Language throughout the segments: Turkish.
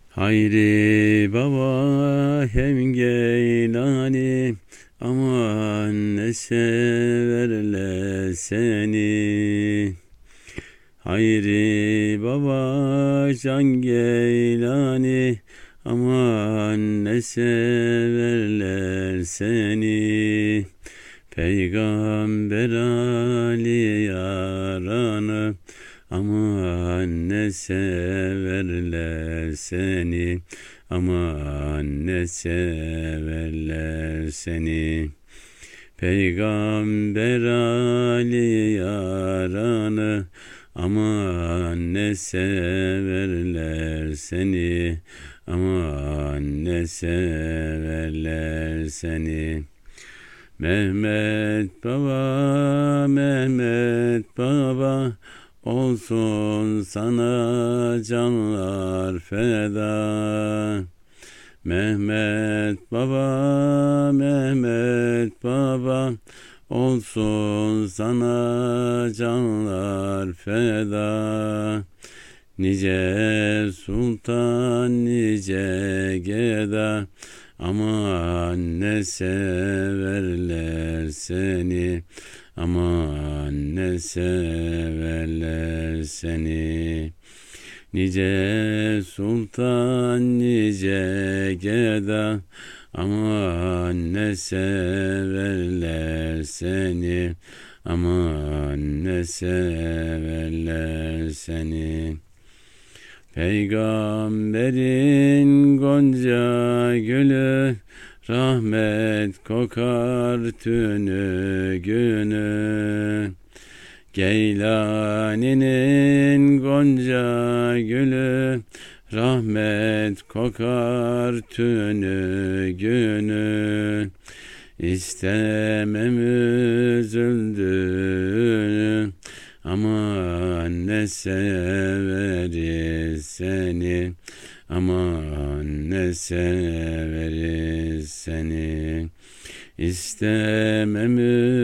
Hayri Baba hem Geylani, aman ne severler seni. Hayri Baba Can Geylani, aman ne severler seni. Peygamber Ali yaranı, aman ne severler seni, aman ne severler seni. Peygamber Ali yaranı, aman ne severler seni, aman ne severler seni. Mehmet Baba, Mehmet Baba, olsun sana canlar feda. Mehmet Baba, Mehmet Baba, olsun sana canlar feda. Nice sultan, nice geda, aman ne severler seni, aman ne severler seni. Nice sultan, nice geda, aman ne severler seni, aman ne severler seni. Peygamberin gonca gülü, rahmet kokar tünü günü. Geylani'nin gonca gülü, rahmet kokar tünü günü. İstemem üzüldüğünü, aman ne severiz seni, aman ne severiz seni. İstemem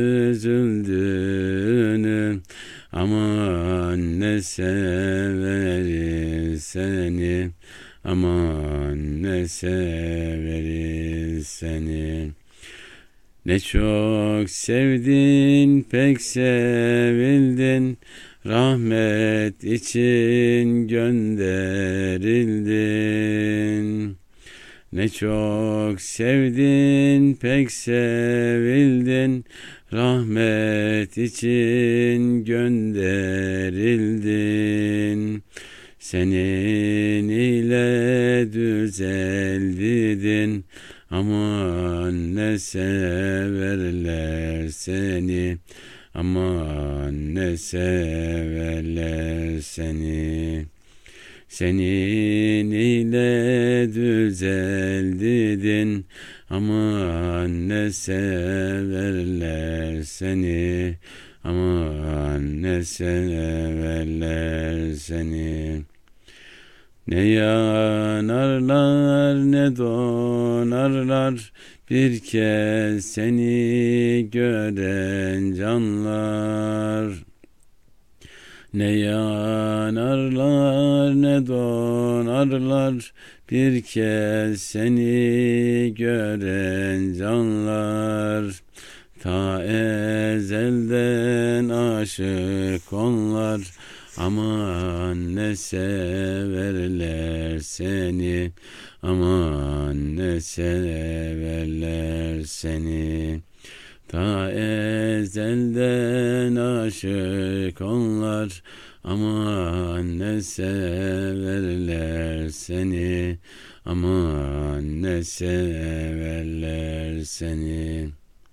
üzüldüğünü, aman ne severiz seni, aman ne severiz seni. Ne çok sevdin, pek sevildin, rahmet için gönderildin. Ne çok sevdin, pek sevildin, rahmet için gönderildin. Senin ile düzeldin, aman ne severler seni, aman ne severler seni. Senin ile düzeldin, aman ne severler seni, aman ne severler seni. Ne yanarlar ne donarlar, bir kez seni gören canlar. Ne yanarlar ne donarlar, bir kez seni gören canlar. Ta ezelden aşık onlar, aman ne severler seni, aman ne severler seni. Ta ezelden aşık onlar, aman ne severler seni, aman ne severler seni.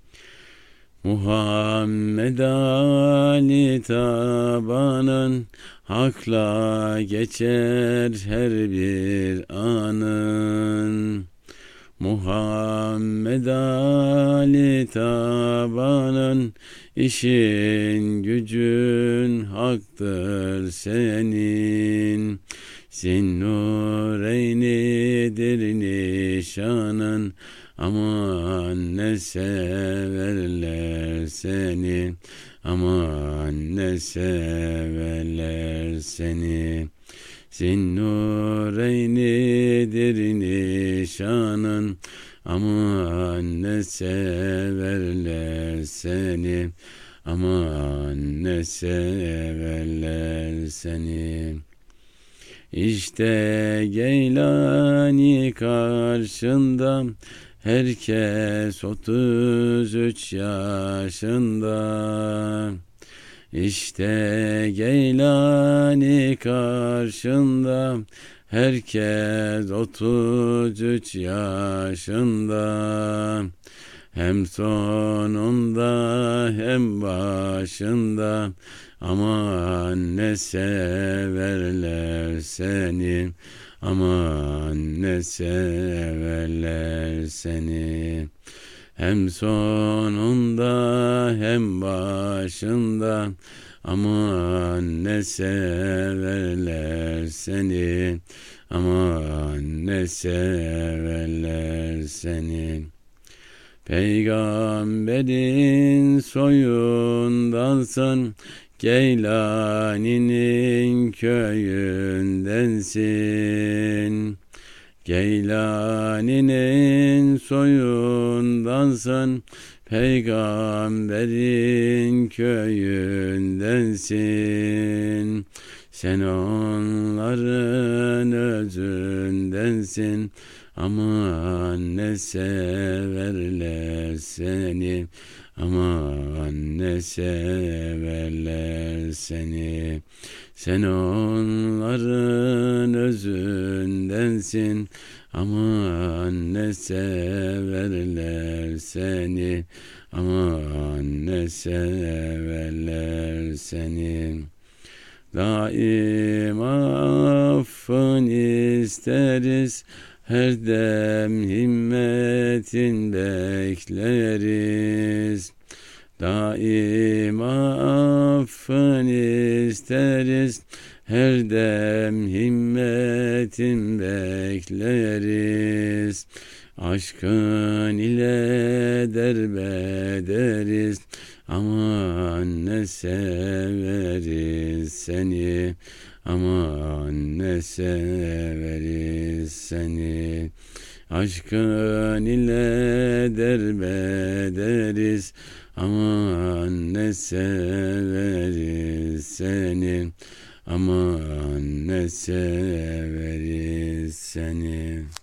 Muhammed Ali tabanın, hakla geçer her bir anın. Muhammed Ali tabanın, işin gücün haktır senin. Zinnureynidir nişanın, aman ne severler seni, aman ne severler seni. Zinnureyni nedir nişanın, aman ne severler seni, aman ne severler seni. İşte Geylani karşında, herkes 33 yaşında. İşte Geylani karşında, herkes 33 yaşında. Hem sonunda hem başında, aman ne severler seni, aman ne severler seni. Hem sonunda hem başında, aman ne severler seni, aman ne severler seni. Peygamberin soyundansın, Geylani'nin köyündensin. Geylani'nin soyundansın, Peygamberin köyündensin. Sen onların özündensin, aman ne severler seni, aman ne severler seni. Sen onların özündensin, aman ne severler seni, aman ne severler seni. Daim affın isteriz, her dem himmetin bekleriz. Daim affın isteriz, her dem himmetin bekleriz. Aşkın ile derbederiz, aman ne severiz seni, aman ne severiz seni. Aşkın ile derbederiz, aman ne severiz seni, aman ne severiz seni.